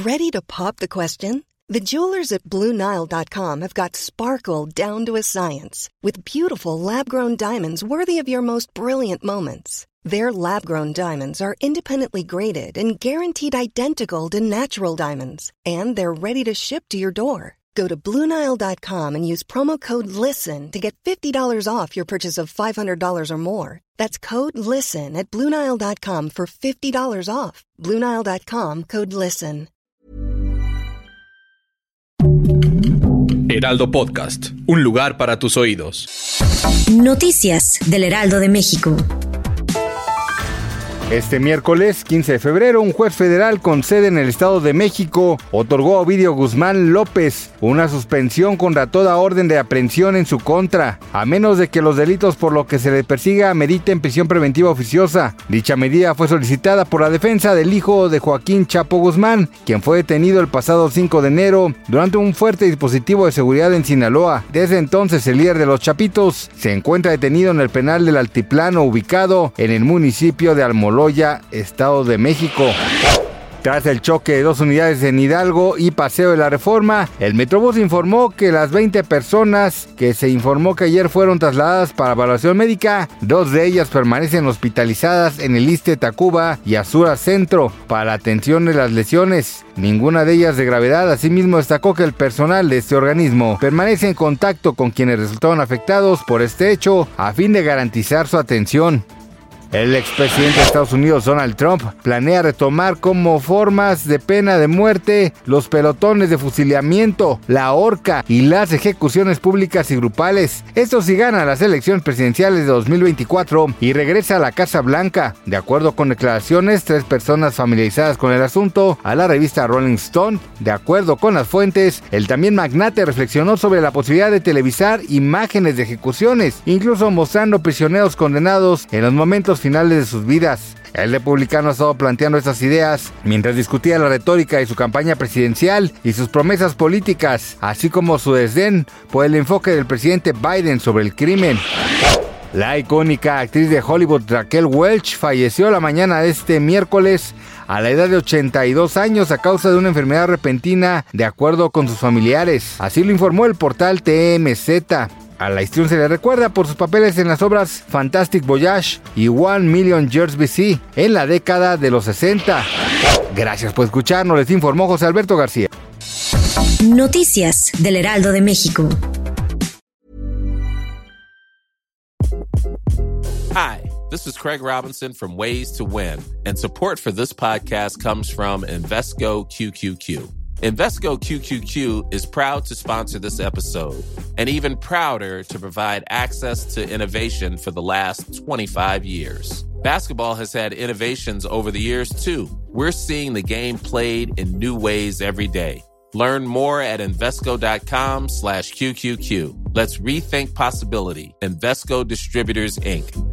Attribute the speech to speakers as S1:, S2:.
S1: Ready to pop the question? The jewelers at BlueNile.com have got sparkle down to a science with beautiful lab-grown diamonds worthy of your most brilliant moments. Their lab-grown diamonds are independently graded and guaranteed identical to natural diamonds, and they're ready to ship to your door. Go to BlueNile.com and use promo code LISTEN to get $50 off your purchase of $500 or more. That's code LISTEN at BlueNile.com for $50 off. BlueNile.com, code LISTEN.
S2: Heraldo Podcast, un lugar para tus oídos.
S3: Noticias del Heraldo de México.
S4: Este miércoles 15 de febrero, un juez federal con sede en el Estado de México otorgó a Ovidio Guzmán López una suspensión contra toda orden de aprehensión en su contra, a menos de que los delitos por los que se le persiga ameriten prisión preventiva oficiosa. Dicha medida fue solicitada por la defensa del hijo de Joaquín Chapo Guzmán, quien fue detenido el pasado 5 de enero durante un fuerte dispositivo de seguridad en Sinaloa. Desde entonces, el líder de los Chapitos se encuentra detenido en el penal del Altiplano, ubicado en el municipio de Almoloya, Estado de México. Tras el choque de dos unidades en Hidalgo y Paseo de la Reforma, el Metrobús informó que las 20 personas que se informó que ayer fueron trasladadas para evaluación médica, 2 de ellas permanecen hospitalizadas en el ISSSTE Tacuba y Azura Centro para atención de las lesiones, ninguna de ellas de gravedad. Asimismo, destacó que el personal de este organismo permanece en contacto con quienes resultaron afectados por este hecho a fin de garantizar su atención. El expresidente de Estados Unidos, Donald Trump, planea retomar como formas de pena de muerte los pelotones de fusilamiento, la horca y las ejecuciones públicas y grupales. Esto si gana las elecciones presidenciales de 2024 y regresa a la Casa Blanca. De acuerdo con declaraciones, 3 personas familiarizadas con el asunto a la revista Rolling Stone. De acuerdo con las fuentes, el también magnate reflexionó sobre la posibilidad de televisar imágenes de ejecuciones, incluso mostrando prisioneros condenados en los momentos finales de sus vidas. El republicano ha estado planteando estas ideas mientras discutía la retórica de su campaña presidencial y sus promesas políticas, así como su desdén por el enfoque del presidente Biden sobre el crimen. La icónica actriz de Hollywood Raquel Welch falleció la mañana de este miércoles a la edad de 82 años a causa de una enfermedad repentina, de acuerdo con sus familiares. Así lo informó el portal TMZ. A la histrión se le recuerda por sus papeles en las obras Fantastic Voyage y 1 Million Years BC en la década de los 60. Gracias por escucharnos, les informó José Alberto García.
S3: Noticias del Heraldo de México.
S5: Hi, this is Craig Robinson from Ways to Win, and support for this podcast comes from Invesco QQQ. Invesco QQQ is proud to sponsor this episode, and even prouder to provide access to innovation for the last 25 years. Basketball has had innovations over the years, too. We're seeing the game played in new ways every day. Learn more at Invesco.com/QQQ. Let's rethink possibility. Invesco Distributors, Inc.